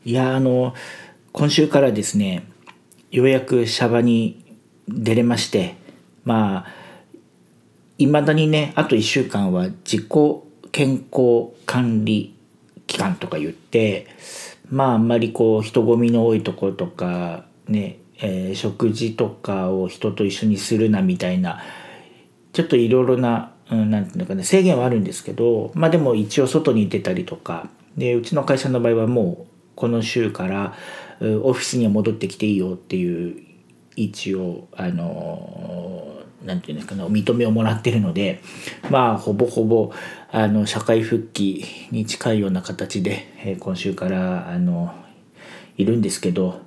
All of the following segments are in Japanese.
いや今週からですね、ようやくシャバに出れまして、いまだにね、あと1週間は自己健康管理期間とか言って、あんまり人混みの多いところとかね、食事とかを人と一緒にするなみたいな、ちょっといろいろな、なんていうのかね、制限はあるんですけど、でも一応外に出たりとかで、うちの会社の場合はもうこの週からオフィスには戻ってきていいよっていう一応なんていうんですかね、お認めをもらってるので、ほぼほぼ社会復帰に近いような形で、今週からいるんですけど、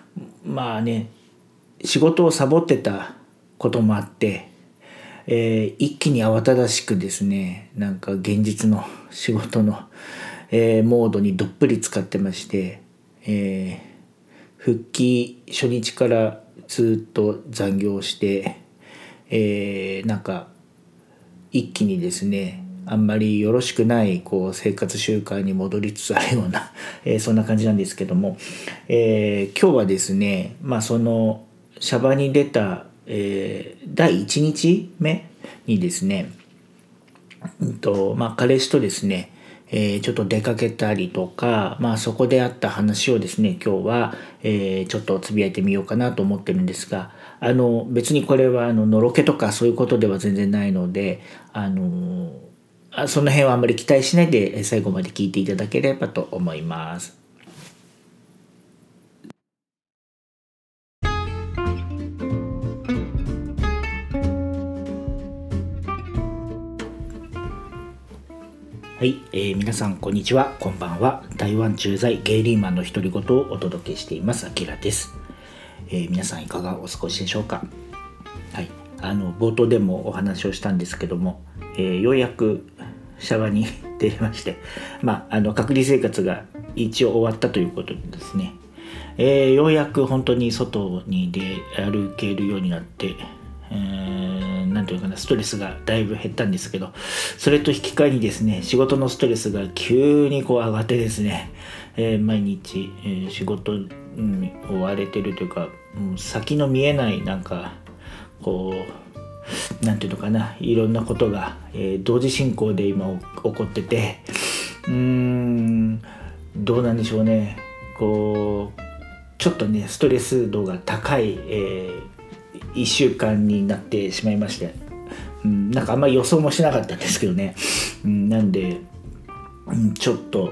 仕事をサボってたこともあって、一気に慌ただしくですね、なんか現実の仕事の、モードにどっぷり使ってまして、復帰初日からずっと残業して、なんか一気にですね、あんまりよろしくない生活習慣に戻りつつあるような、そんな感じなんですけども、今日はですね、そのシャバに出た、第1日目にですね、彼氏とですね、ちょっと出かけたりとか、そこであった話をですね、今日は、ちょっとつぶやいてみようかなと思ってるんですが、別にこれはのろけとかそういうことでは全然ないので、その辺はあんまり期待しないで最後まで聞いていただければと思います。はい、皆さんこんにちは、こんばんは。台湾駐在ゲイリーマンの独り言をお届けしています、あきらです。皆さんいかがお過ごしでしょうか。はい、冒頭でもお話をしたんですけども、ようやくシャワーに出れまして、隔離生活が一応終わったということでですね、ようやく本当に外に出歩けるようになって、なんていうかな、ストレスがだいぶ減ったんですけど、それと引き換えにですね、仕事のストレスが急に上がってですね、毎日、仕事に追われてるというか、先の見えないなんていうのかな、いろんなことが、同時進行で今起こってて、どうなんでしょうね、ちょっとねストレス度が高い、1週間になってしまいまして、なんかあんまり予想もしなかったんですけどね、なんで、ちょっと、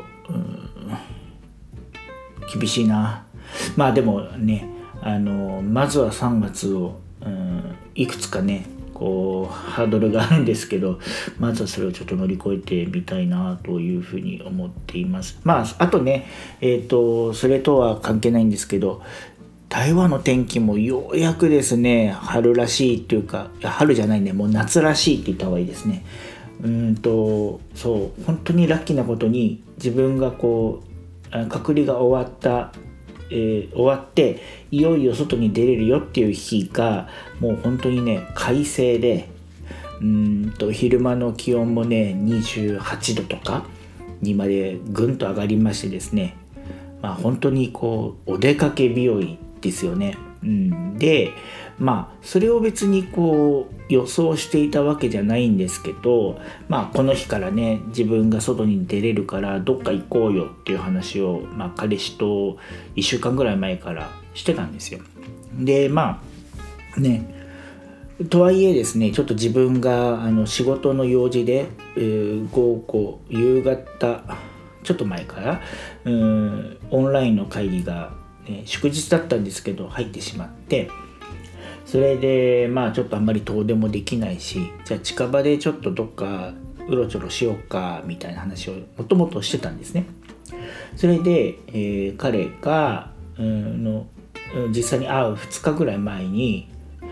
厳しいな。でもね、まずは3月を、いくつかねハードルがあるんですけど、まずはそれをちょっと乗り越えてみたいなというふうに思っています。あとね、それとは関係ないんですけど、台湾の天気もようやくですね、春らしいというか、春じゃないね、もう夏らしいって言った方がいいですね。そう本当にラッキーなことに、自分が隔離が終わっていよいよ外に出れるよっていう日がもう本当にね快晴で、昼間の気温もね28度とかにまでぐんと上がりましてですね、本当にお出かけ日和ですよね。でそれを別に予想していたわけじゃないんですけど、この日からね自分が外に出れるからどっか行こうよっていう話を、彼氏と1週間ぐらい前からしてたんですよ。でね、とはいえですね、ちょっと自分が仕事の用事で、午後夕方ちょっと前からオンラインの会議が、祝日だったんですけど入ってしまって、それでちょっとあんまり遠出もできないし、じゃあ近場でちょっとどっかうろちょろしようかみたいな話をもともとしてたんですね。それで、彼が実際に会う2日ぐらい前に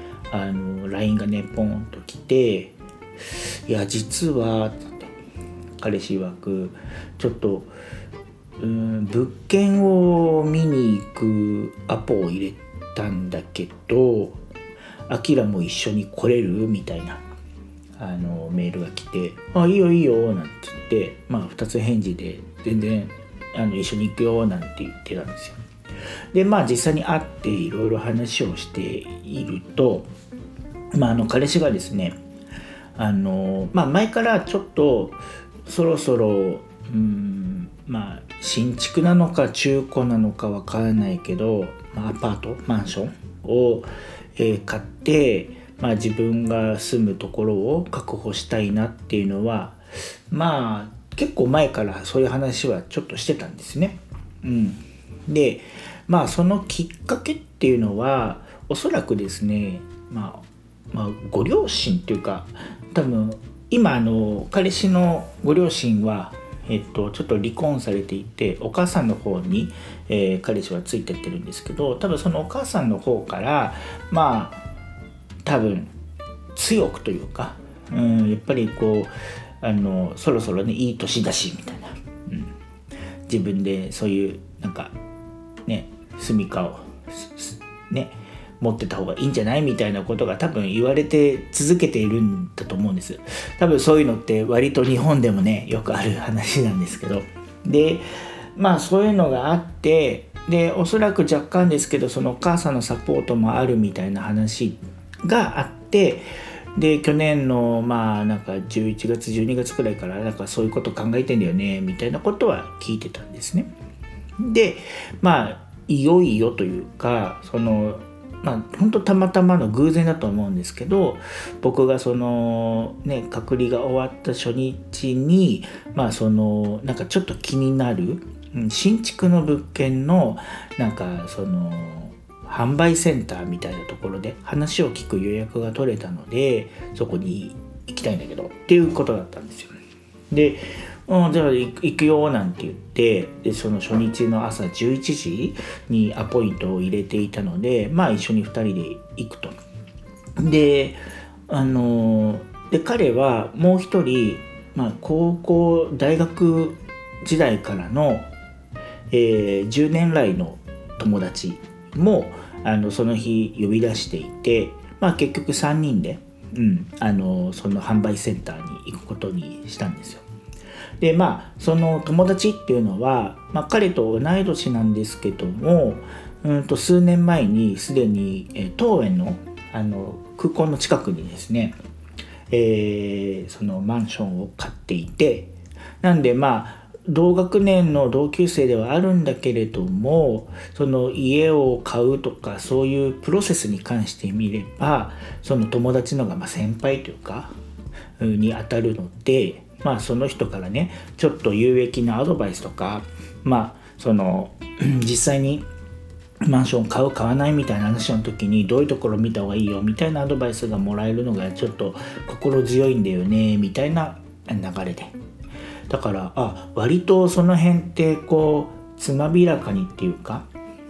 LINE がねポンと来て、いや実は彼氏曰くちょっと物件を見に行くアポを入れたんだけど、アキラも一緒に来れるみたいなメールが来て、いいよいいよなんて言って、2つ返事で全然一緒に行くよなんて言ってたんですよ。で実際に会っていろいろ話をしていると、彼氏がですね前からちょっとそろそろ新築なのか中古なのかわからないけど、アパートマンションを、買って自分が住むところを確保したいなっていうのは結構前からそういう話はちょっとしてたんですね。でそのきっかけっていうのはおそらくですねご両親っていうか、多分今彼氏のご両親はちょっと離婚されていて、お母さんの方に、彼氏はついてってるんですけど、多分そのお母さんの方から多分強くというか、やっぱりそろそろねいい年だしみたいな、自分でそういう住処を持ってた方がいいんじゃないみたいなことが多分言われて続けているんだと思うんです。多分そういうのって割と日本でもねよくある話なんですけど、でそういうのがあって、でおそらく若干ですけどそのお母さんのサポートもあるみたいな話があって、で去年の11月12月くらいからそういうこと考えてんだよねみたいなことは聞いてたんですね。でいよいよというか本当たまたまの偶然だと思うんですけど、僕が隔離が終わった初日にちょっと気になる新築の物件の販売センターみたいなところで話を聞く予約が取れたので、そこに行きたいんだけどっていうことだったんですよ。でじゃあ行くよなんて言って、でその初日の朝11時にアポイントを入れていたので、一緒に2人で行くと。で彼はもう一人、高校大学時代からの、10年来の友達もその日呼び出していて、結局3人で、その販売センターに行くことにしたんですよ。でその友達っていうのは、彼と同い年なんですけども、数年前にすでに当園の空港の近くにですね、そのマンションを買っていて、なんで同学年の同級生ではあるんだけれども、その家を買うとかそういうプロセスに関してみればその友達のが先輩というかに当たるので、その人からねちょっと有益なアドバイスとか、実際にマンション買う買わないみたいな話の時にどういうところ見た方がいいよみたいなアドバイスがもらえるのがちょっと心強いんだよねみたいな流れで、だから割とその辺ってつまびらかにっていうか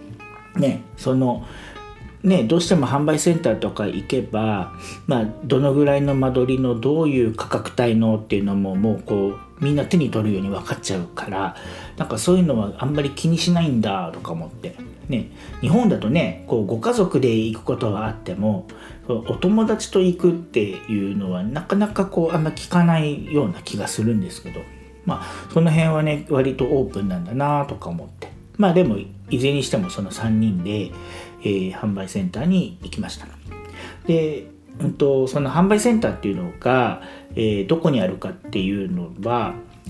どうしても販売センターとか行けば、どのぐらいの間取りのどういう価格帯のっていうのももうみんな手に取るように分かっちゃうから、そういうのはあんまり気にしないんだとか思って日本だとご家族で行くことはあってもお友達と行くっていうのはなかなかあんま聞かないような気がするんですけど、その辺は割とオープンなんだなとか思って、でもいずれにしてもその3人で販売センターに行きました。で、その販売センターっていうのが、どこにあるかっていうのは、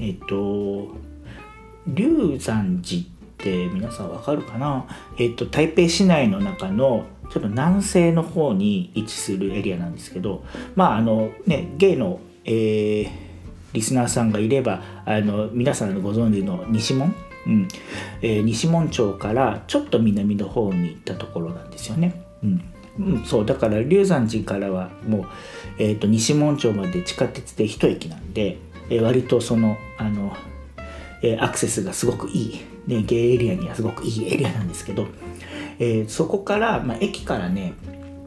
龍山寺って皆さんわかるかな。台北市内の中のちょっと南西の方に位置するエリアなんですけど、ゲイの、リスナーさんがいれば皆さんご存知の西門、西門町からちょっと南の方に行ったところなんですよね。そうだから龍山寺からはもう、西門町まで地下鉄で一駅なんで、割とそのアクセスがすごくいい、ゲイエリアにはすごくいいエリアなんですけど、そこから、駅からね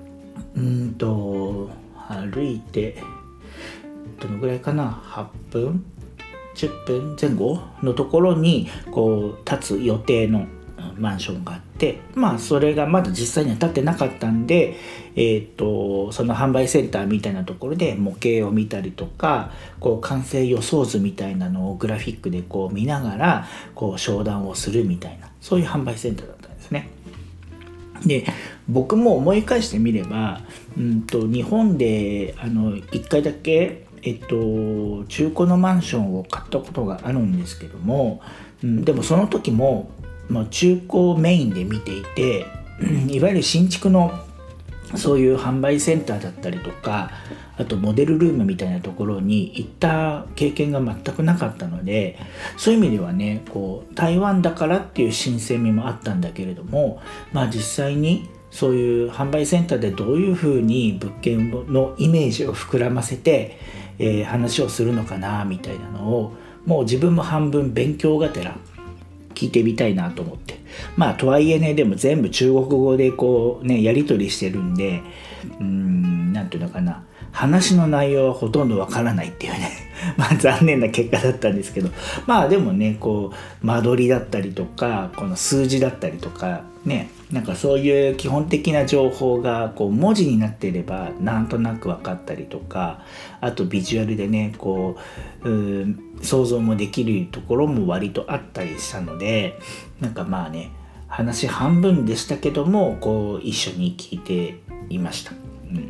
歩いてどのぐらいかな、8分10分前後のところに立つ予定のマンションがあって、それがまだ実際には建ってなかったんで、その販売センターみたいなところで模型を見たりとか、完成予想図みたいなのをグラフィックで見ながら商談をするみたいな、そういう販売センターだったんですね。で、僕も思い返してみれば、日本で1回だけ、中古のマンションを買ったことがあるんですけども、でもその時も、中古メインで見ていて、いわゆる新築のそういう販売センターだったりとか、あとモデルルームみたいなところに行った経験が全くなかったので、そういう意味ではね、台湾だからっていう新鮮味もあったんだけれども、実際にそういう販売センターでどういうふうに物件のイメージを膨らませて、話をするのかなみたいなのを、もう自分も半分勉強がてら聞いてみたいなと思って、とはいえね、でも全部中国語でやり取りしてるんで、なんていうのかな、話の内容はほとんどわからないっていうね残念な結果だったんですけど、でもね、間取りだったりとか、この数字だったりとかね、なんかそういう基本的な情報が文字になっていればなんとなく分かったりとか、あとビジュアルでね想像もできるところも割とあったりしたので、なんか話半分でしたけども一緒に聞いていました。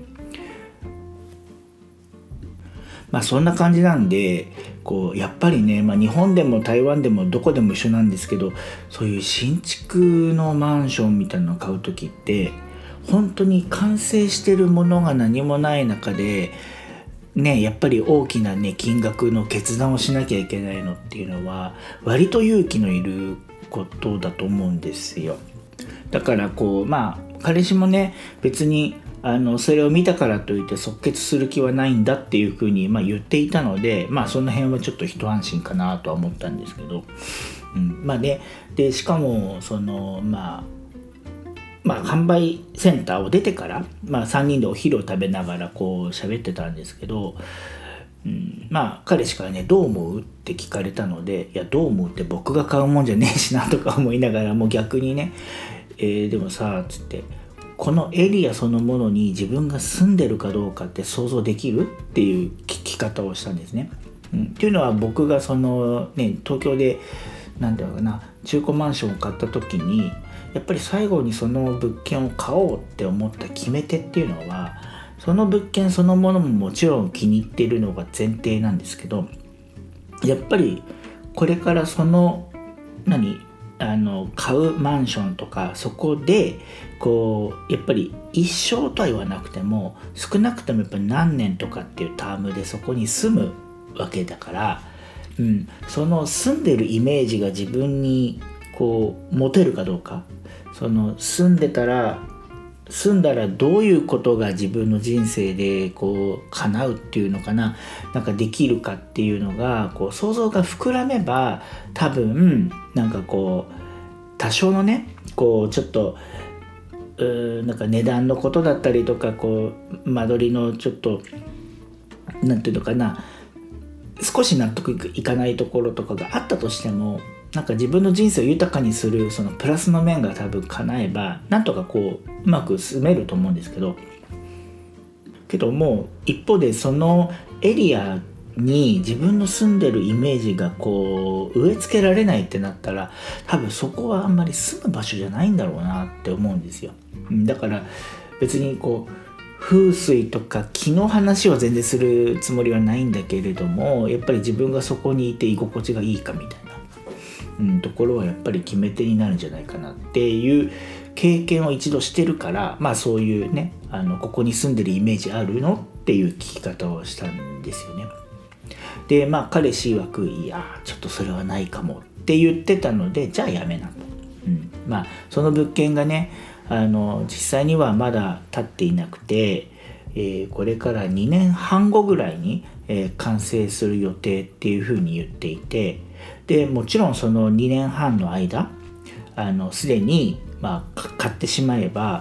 そんな感じなんで、やっぱりね、日本でも台湾でもどこでも一緒なんですけど、そういう新築のマンションみたいなのを買う時って、本当に完成してるものが何もない中でね、やっぱり大きなね金額の決断をしなきゃいけないのっていうのは割と勇気のいることだと思うんですよ。だから彼氏もね、別にそれを見たからといって即決する気はないんだっていうふうに言っていたので、その辺はちょっと一安心かなとは思ったんですけど、でしかもその販売センターを出てから、3人でお昼を食べながら喋ってたんですけど、彼氏からね、どう思うって聞かれたので、いやどう思うって僕が買うもんじゃねえしなとか思いながら、もう逆にね、でもさつって、このエリアそのものに自分が住んでるかどうかって想像できるっていう聞き方をしたんですね。っていうのは、僕が東京でなんていうのかな、中古マンションを買った時に、やっぱり最後にその物件を買おうって思った決め手っていうのは、その物件そのものももちろん気に入っているのが前提なんですけど、やっぱりこれからその買うマンションとか、そこでやっぱり一生とは言わなくても少なくともやっぱり何年とかっていうタームでそこに住むわけだから、その住んでるイメージが自分に持てるかどうか、その住んだらどういうことが自分の人生で叶うっていうのかな、なんかできるかっていうのが想像が膨らめば、多分なんか多少のねちょっとなんか値段のことだったりとか、間取りのちょっとなんていうのかな、少し納得いかないところとかがあったとしても、なんか自分の人生を豊かにするそのプラスの面が多分叶えば、なんとかうまく進めると思うんですけども、一方でそのエリアに自分の住んでるイメージが植え付けられないってなったら、多分そこはあんまり住む場所じゃないんだろうなって思うんですよ。だから別に風水とか気の話を全然するつもりはないんだけれども、やっぱり自分がそこにいて居心地がいいかみたいな、ところはやっぱり決め手になるんじゃないかなっていう経験を一度してるから、そういうね、ここに住んでるイメージあるのっていう聞き方をしたんですよね。で彼氏曰く、いやちょっとそれはないかもって言ってたので、じゃあやめなと。その物件がね、実際にはまだ建っていなくて、これから2年半後ぐらいに、完成する予定っていうふうに言っていて、でもちろんその2年半の間すでに買ってしまえば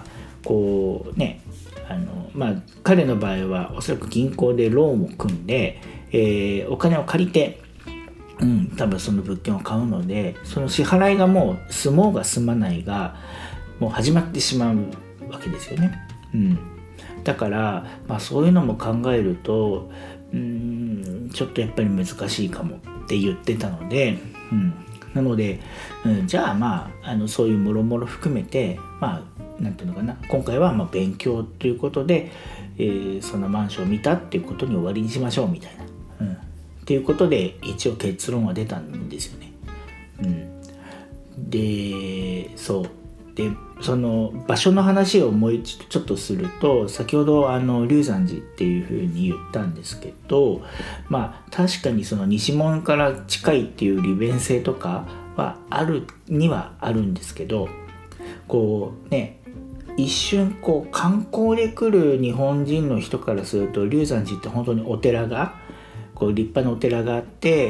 彼の場合はおそらく銀行でローンを組んで、お金を借りて多分その物件を買うので、その支払いがもう住もうが住まないがもう始まってしまうわけですよね。だから、そういうのも考えるとちょっとやっぱり難しいかもって言ってたので、なので、じゃあそういうもろもろ含めてなんていうのかな、今回は勉強ということで、そのマンションを見たっていうことに終わりにしましょうみたいな、っていうことで一応結論は出たんですよね。でその場所の話をもう一度ちょっとすると、先ほど龍山寺っていうふうに言ったんですけど、確かにその西門から近いっていう利便性とかはあるにはあるんですけど、一瞬観光で来る日本人の人からすると、龍山寺って本当にお寺が立派なお寺があって、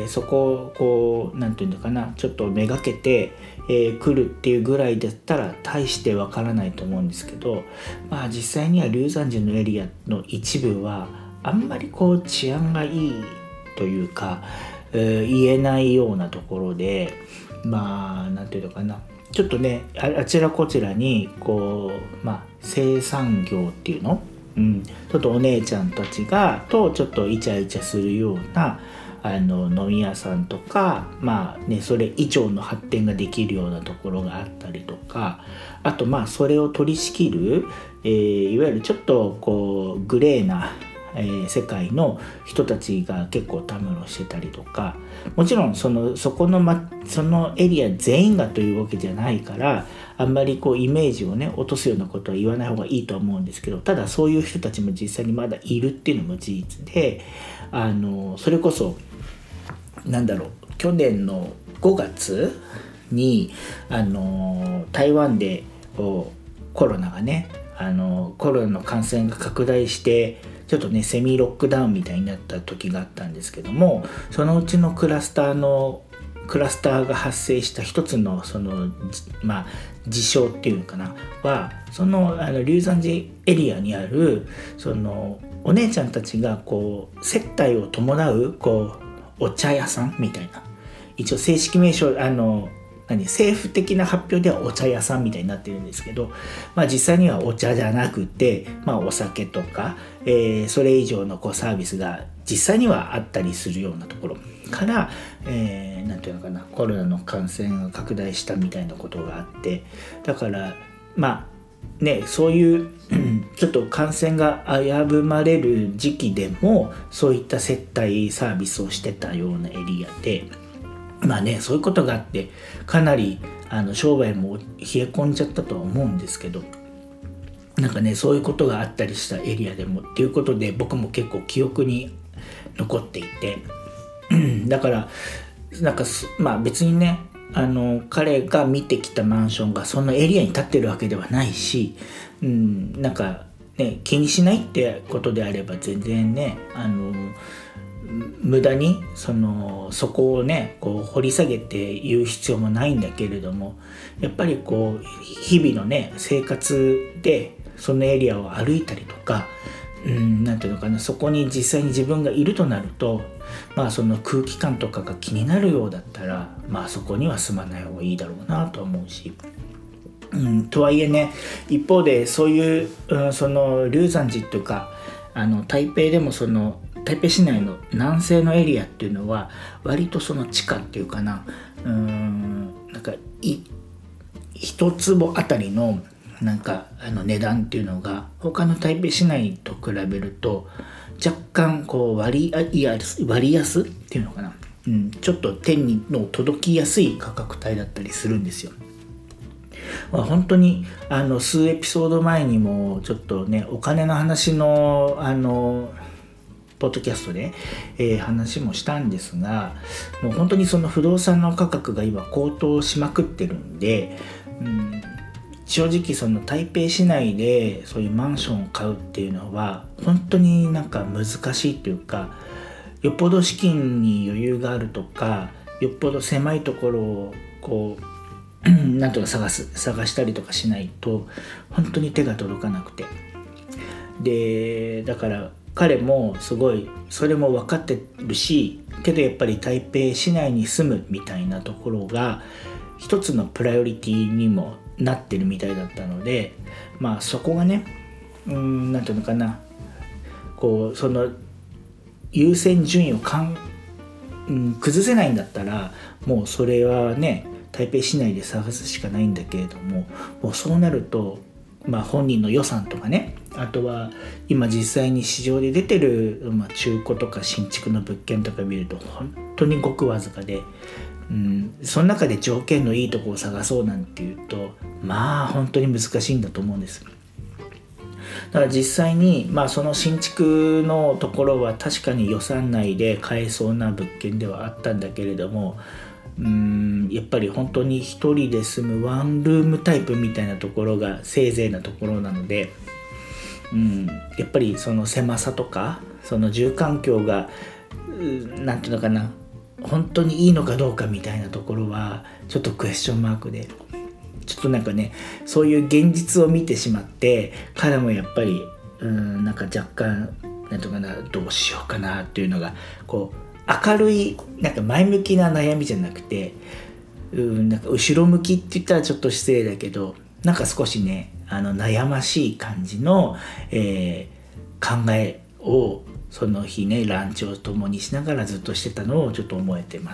そこをなんていうのかな、ちょっとめがけて、来るっていうぐらいだったら大してわからないと思うんですけど、実際には龍山寺のエリアの一部はあんまり治安がいいというか、言えないようなところで、なんていうのかな、ちょっとね、あちらこちらに生産業っていうの、ちょっとお姉ちゃんたちとちょっとイチャイチャするような飲み屋さんとか、それ以上の発展ができるようなところがあったりとか、あとそれを取り仕切る、いわゆるちょっとグレーな世界の人たちが結構たむろしてたりとか、もちろんそのエリア全員がというわけじゃないから、あんまりイメージをね落とすようなことは言わない方がいいと思うんですけど、ただそういう人たちも実際にまだいるっていうのも事実で、それこそ去年の5月に台湾でコロナがね、コロナの感染が拡大してちょっとねセミロックダウンみたいになった時があったんですけども、そのうちのクラスターが発生した一つの事象っていうのかなは、その龍山寺エリアにあるそのお姉ちゃんたちが接待を伴うお茶屋さんみたいな、一応正式名称政府的な発表ではお茶屋さんみたいになってるんですけど、実際にはお茶じゃなくて、お酒とか、それ以上のサービスが実際にはあったりするようなところから、なんていうのかな、コロナの感染が拡大したみたいなことがあって、だからそういうちょっと感染が危ぶまれる時期でもそういった接待サービスをしてたようなエリアで、そういうことがあってかなり商売も冷え込んじゃったとは思うんですけど、そういうことがあったりしたエリアでもっていうことで、僕も結構記憶に残っていて、だから別にね彼が見てきたマンションがそのエリアに建ってるわけではないし、気にしないってことであれば全然ね無駄にそこをね掘り下げて言う必要もないんだけれども、やっぱり日々のね生活でそのエリアを歩いたりとか、なんていうのかな、そこに実際に自分がいるとなると、その空気感とかが気になるようだったらそこには住まない方がいいだろうなと思うし、とはいえね、一方でそういう、その龍山寺というか台北でも台北市内の南西のエリアっていうのは割とその地価っていうかな、一坪あたりの値段っていうのが他の台北市内と比べると若干割安っていうのかな、ちょっと手の届きやすい価格帯だったりするんですよ。本当に数エピソード前にもちょっとねお金の話のポッドキャストで、話もしたんですが、もう本当にその不動産の価格が今高騰しまくってるんで、正直その台北市内でそういうマンションを買うっていうのは本当に難しいというか、よっぽど資金に余裕があるとか、よっぽど狭いところをなんとか探したりとかしないと本当に手が届かなくて、でだから彼もすごいそれも分かってるし、 けどやっぱり台北市内に住むみたいなところが一つのプライオリティにもなってるみたいだったので、まあそこがね、なんていうのかな、こうその優先順位を崩せないんだったら、もうそれはね台北市内で探すしかないんだけれども、もうそうなると、まあ、本人の予算とかね、あとは今実際に市場で出てる、中古とか新築の物件とか見ると本当にごくわずかで、その中で条件のいいところを探そうなんていうと、まあ本当に難しいんだと思うんです。だから実際に、その新築のところは確かに予算内で買えそうな物件ではあったんだけれども、やっぱり本当に一人で住むワンルームタイプみたいなところがせいぜいなところなので、やっぱりその狭さとかその住環境がなんていうのかな、本当にいいのかどうかみたいなところはちょっとクエスチョンマークで、ちょっとなんかね、そういう現実を見てしまって彼もやっぱりなんか若干なんていうかな、どうしようかなっていうのがこう明るいなんか前向きな悩みじゃなくて、なんか後ろ向きって言ったらちょっと失礼だけど、なんか少しね悩ましい感じの、考えをその日ねランチを共にしながらずっとしてたのをちょっと思えてます。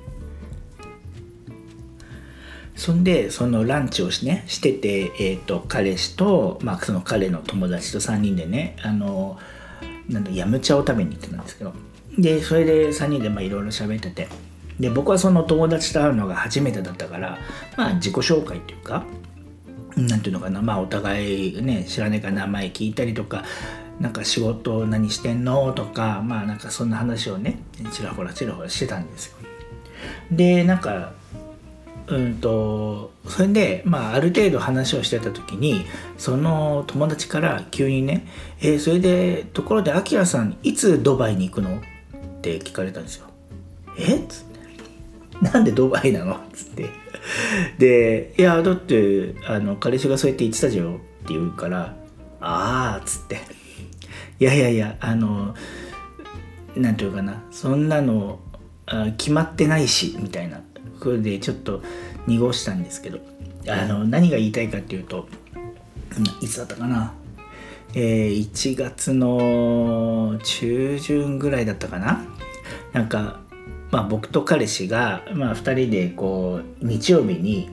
そんでそのランチをしてて、彼氏と、その彼の友達と3人でねヤムチャを食べに行ってたんですけど、でそれで3人でいろいろ喋ってて、で僕はその友達と会うのが初めてだったから、自己紹介っていうかなんていうのかな、お互いね知らないから名前聞いたりとか、なんか仕事何してんのとか、なんかそんな話をねちらほらしてたんですよ。でなんかそれである程度話をしてた時にその友達から急にねそれでところでアキラさんいつドバイに行くのって聞かれたんですよ。っつってなんでドバイなのっつってでいやだって彼氏がそうやって言ってたじゃんって言うから、っつっていやなんていうかな、そんなの決まってないしみたいな、これでちょっと濁したんですけど、何が言いたいかっていうと、いつだったかな、1月の中旬ぐらいだったかな、なんか僕と彼氏が、2人でこう日曜日に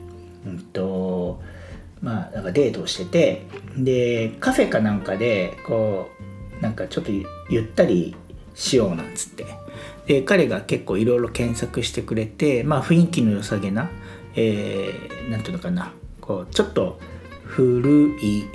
なんかデートをしてて、でカフェかなんかでこうなんかちょっとゆったりしようなんつって、で彼が結構いろいろ検索してくれて、雰囲気の良さげな、なんていうのかな、こうちょっと古い、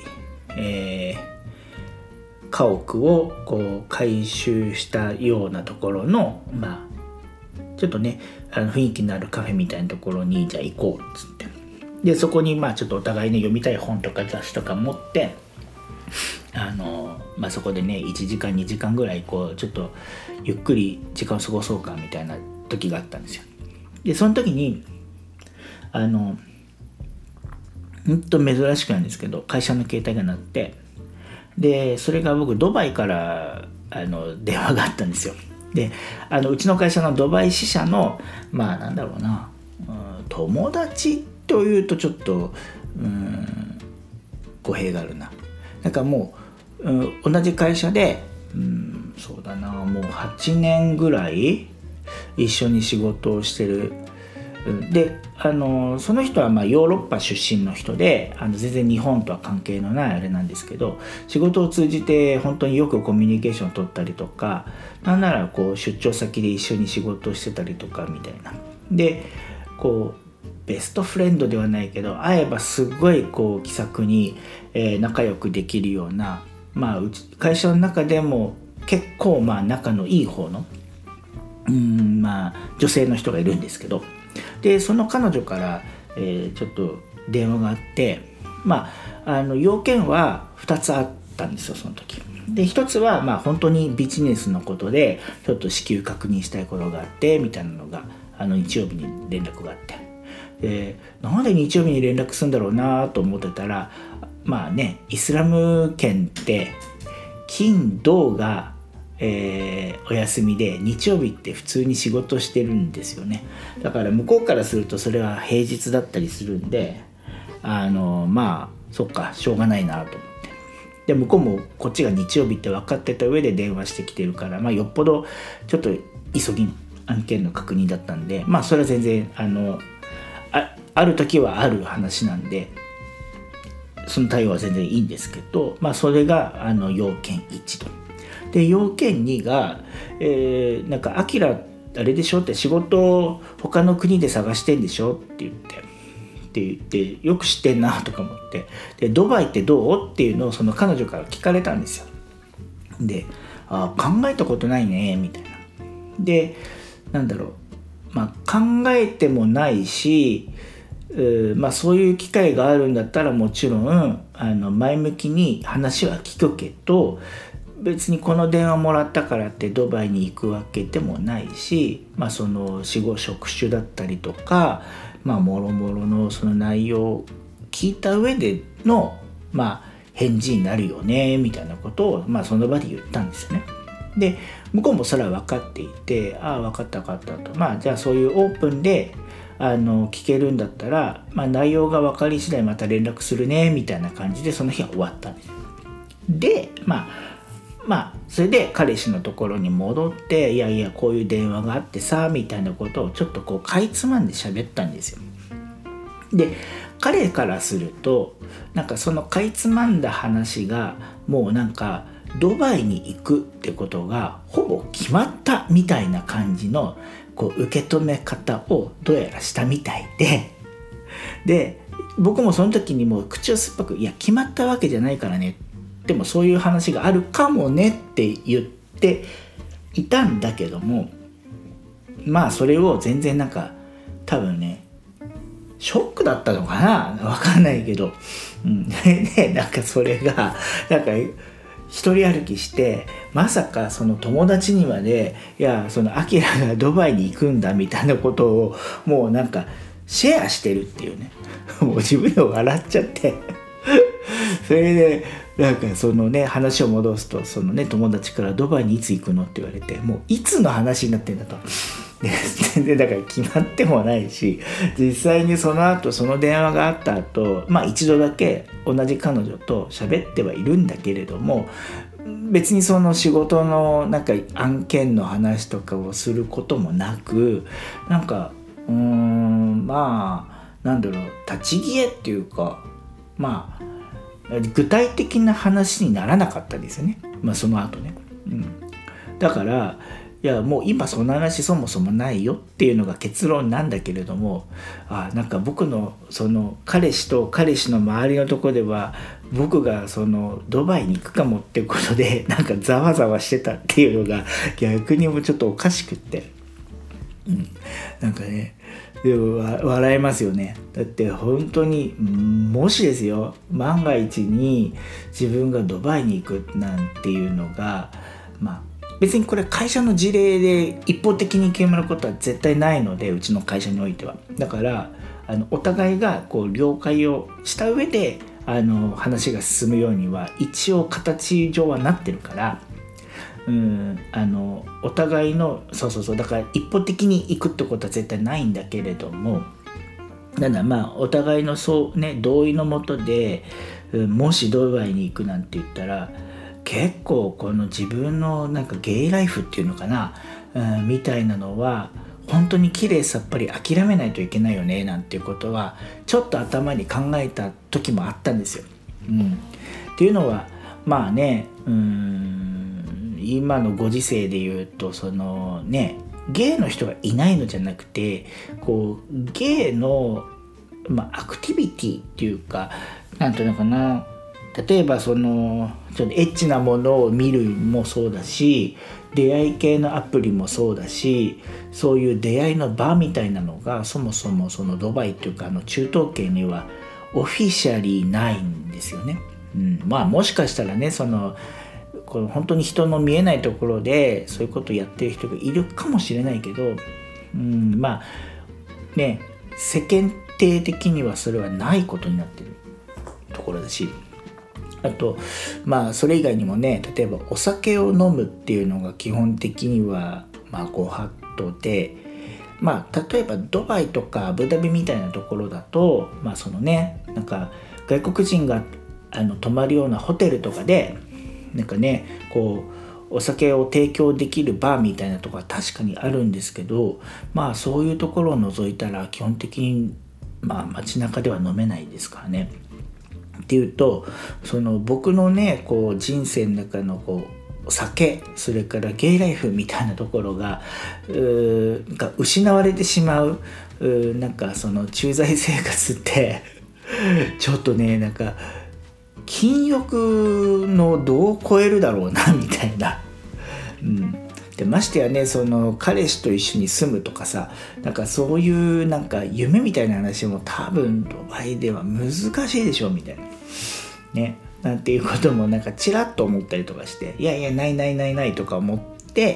家屋をこう改修したようなところのちょっとね雰囲気のあるカフェみたいなところにじゃあ行こうっつって、でそこにちょっとお互いね読みたい本とか雑誌とか持ってそこでね1時間2時間ぐらいこうちょっとゆっくり時間を過ごそうかみたいな時があったんですよ。でその時にほんと珍しくなんですけど会社の携帯が鳴って、でそれが僕ドバイから電話があったんですよ。でうちの会社のドバイ支社のなんだろうな、友達というとちょっと語弊があるな、なんかもう、同じ会社でそうだな、もう8年ぐらい一緒に仕事をしてる。でその人はヨーロッパ出身の人で全然日本とは関係のないあれなんですけど、仕事を通じて本当によくコミュニケーションを取ったりとか、なんならこう出張先で一緒に仕事をしてたりとかみたいな。でこうベストフレンドではないけど会えばすごいこう気さくに、仲良くできるような、うち会社の中でも結構仲のいい方の女性の人がいるんですけど、でその彼女から、ちょっと電話があって、要件は2つあったんですよその時で。1つは本当にビジネスのことでちょっと至急確認したいことがあってみたいなのが日曜日に連絡があって、でなんで日曜日に連絡するんだろうなと思ってたら、イスラム圏って金土が、 お休みで、日曜日って普通に仕事してるんですよね。だから向こうからするとそれは平日だったりするんで、まあそっか、しょうがないなと思って、で向こうもこっちが日曜日って分かってた上で電話してきてるから、まあ、よっぽどちょっと急ぎの案件の確認だったんで、まあそれは全然ある時はある話なんで、その対応は全然いいんですけど、まあそれが要件1と。で要件2が、なんかアキラあれでしょって、仕事を他の国で探してんでしょって言ってよく知ってんなとか思って、でドバイってどうっていうのをその彼女から聞かれたんですよ。で考えたことないねみたいな。でなんだろう、まあ考えてもないし、まあそういう機会があるんだったらもちろん前向きに話は聞くけど、別にこの電話もらったからってドバイに行くわけでもないし、まあその職種だったりとか、まあもろもろのその内容を聞いた上でのまあ返事になるよねみたいなことをまあその場で言ったんですよね。で向こうもそれは分かっていて、分かった分かったと、まあじゃあそういうオープンで聞けるんだったら、まあ、内容が分かり次第また連絡するねみたいな感じでその日は終わったんです。でまあそれで彼氏のところに戻って、いやいやこういう電話があってさみたいなことをちょっとこうかいつまんで喋ったんですよ。で彼からするとなんかそのかいつまんだ話がもうなんかドバイに行くってことがほぼ決まったみたいな感じのこう受け止め方をどうやらしたみたいで僕もその時にもう口を酸っぱく、いや決まったわけじゃないからね、でもそういう話があるかもねって言っていたんだけども、まあそれを全然なんか多分ねショックだったのかな、わかんないけど、でなんかそれがなんか一人歩きして、まさかその友達にまで、いやそのアキラがドバイに行くんだみたいなことをもうなんかシェアしてるっていうね、もう自分で笑っちゃってそれでなんかそのね話を戻すと、そのね友達からドバイにいつ行くのって言われて、もういつの話になってんだと。で全然だから決まってもないし、実際にその後その電話があった後、まあ一度だけ同じ彼女と喋ってはいるんだけれども、別にその仕事のなんか案件の話とかをすることもなく、なんかまあなんだろう、立ち消えっていうか、まあ具体的な話にならなかったですよね、まあその後ね、だからいやもう今その話そもそもないよっていうのが結論なんだけれども、なんか僕のその彼氏と彼氏の周りのところでは僕がそのドバイに行くかもっていうことでなんかざわざわしてたっていうのが逆にもうちょっとおかしくって、なんかねでも笑えますよね。だって本当にもしですよ、万が一に自分がドバイに行くなんていうのが、まあ別にこれ会社の事例で一方的に決まることは絶対ないので、うちの会社においては。だからお互いがこう了解をした上で話が進むようには一応形上はなってるから、お互いのそうだから一方的に行くってことは絶対ないんだけれども、ただまあお互いの同意のもとで、もしドバイに行くなんて言ったら結構この自分のなんかゲイライフっていうのかな、みたいなのは本当に綺麗さっぱり諦めないといけないよねなんていうことはちょっと頭に考えた時もあったんですよ。っていうのはまあね、今のご時世で言うとそのねゲイの人がいないのじゃなくて、こうゲイの、アクティビティっていうかなんていうのかな、例えばそのちょっとエッチなものを見るもそうだし、出会い系のアプリもそうだし、そういう出会いの場みたいなのがそもそもそのドバイっていうか中東圏にはオフィシャリーないんですよね。もしかしたらねこの本当に人の見えないところでそういうことをやってる人がいるかもしれないけど、世間体的にはそれはないことになってるところだし、 あとそれ以外にもね、例えばお酒を飲むっていうのが基本的にはご法度で、例えばドバイとかアブダビみたいなところだと、そのね、なんか外国人が泊まるようなホテルとかでなんかね、こうお酒を提供できるバーみたいなところは確かにあるんですけど、そういうところを除いたら基本的に街中では飲めないですからね。っていうと、その僕のねこう人生の中のこう酒、それからゲイライフみたいなところが失われてしまう、なんかその駐在生活ってちょっとね、なんか禁欲の度を超えるだろうなみたいな、でましてやね、その彼氏と一緒に住むとかさ、なんかそういうなんか夢みたいな話も多分ドバイでは難しいでしょみたいなね、なんていうこともなんかちらっと思ったりとかして、いやないとか思って、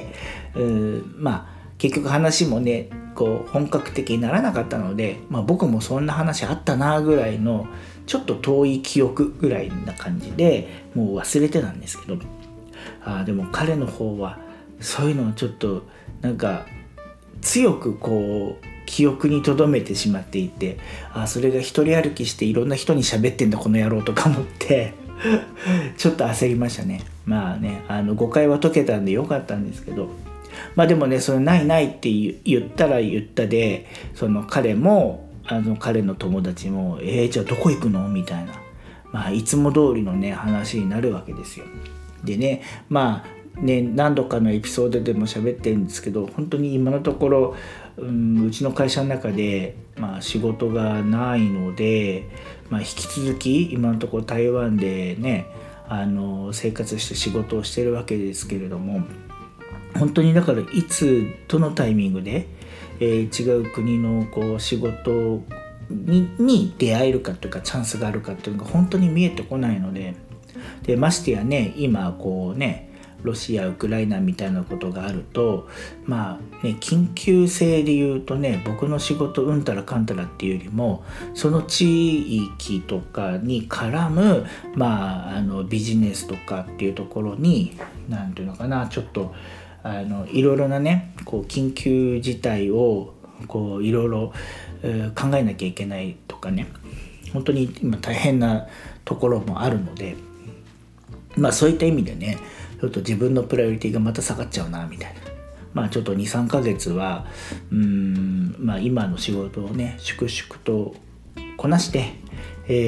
結局話もねこう本格的にならなかったので、僕もそんな話あったなぐらいのちょっと遠い記憶ぐらいな感じでもう忘れてたんですけど、でも彼の方はそういうのをちょっとなんか強くこう記憶に留めてしまっていて、それが一人歩きしていろんな人に喋ってんだこの野郎とか思ってちょっと焦りましたね。誤解は解けたんでよかったんですけど、でもね、そのないって言ったら言ったで、その彼も彼の友達もじゃあどこ行くのみたいな、いつも通りのね話になるわけですよ。でね、何度かのエピソードでも喋ってるんですけど、本当に今のところうちの会社の中で、仕事がないので、引き続き今のところ台湾でね生活して仕事をしてるわけですけれども、本当にだからいつどのタイミングで、違う国のこう仕事に出会えるかというかチャンスがあるかというのが本当に見えてこないので、ましてやね今こうねロシアウクライナみたいなことがあると緊急性で言うとね、僕の仕事うんたらかんたらっていうよりもその地域とかに絡むビジネスとかっていうところになんていうのかな、ちょっといろいろなねこう緊急事態をこういろいろ考えなきゃいけないとかね、本当に今大変なところもあるので、そういった意味でねちょっと自分のプライオリティがまた下がっちゃうなみたいな、ちょっと 2,3 ヶ月は今の仕事をね粛々とこなして、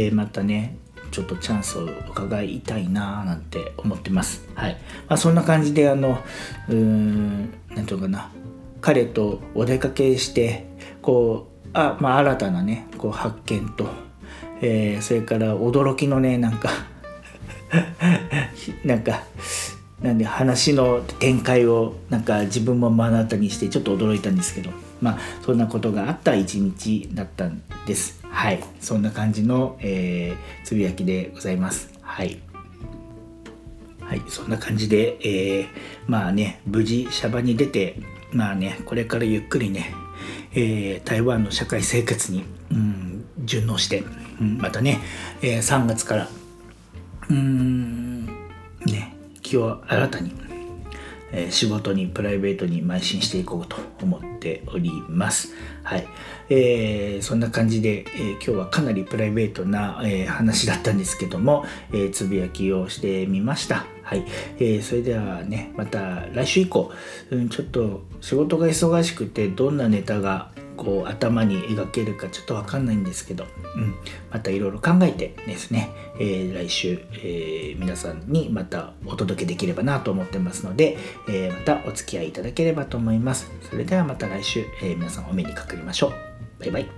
またねちょっとチャンスを伺いたいななんて思ってます。はい。そんな感じでなんていうのかな、彼とお出かけしてこう新たなねこう発見と、それから驚きのねなんで話の展開をなんか自分も目の当たりにしてちょっと驚いたんですけど、そんなことがあった一日だったんです。はい、そんな感じの、つぶやきでございます。はい、そんな感じで、無事シャバに出てこれからゆっくりね、台湾の社会生活に、順応して、またね、3月から気を新たに、仕事にプライベートに邁進していこうと思っております。はい、そんな感じで、今日はかなりプライベートな、話だったんですけども、つぶやきをしてみました。はい、それではねまた来週以降、ちょっと仕事が忙しくてどんなネタがこう頭に描けるかちょっと分かんないんですけど、またいろいろ考えてですね、来週、皆さんにまたお届けできればなと思ってますので、またお付き合いいただければと思います。それではまた来週、皆さんお目にかかりましょう。バイバイ。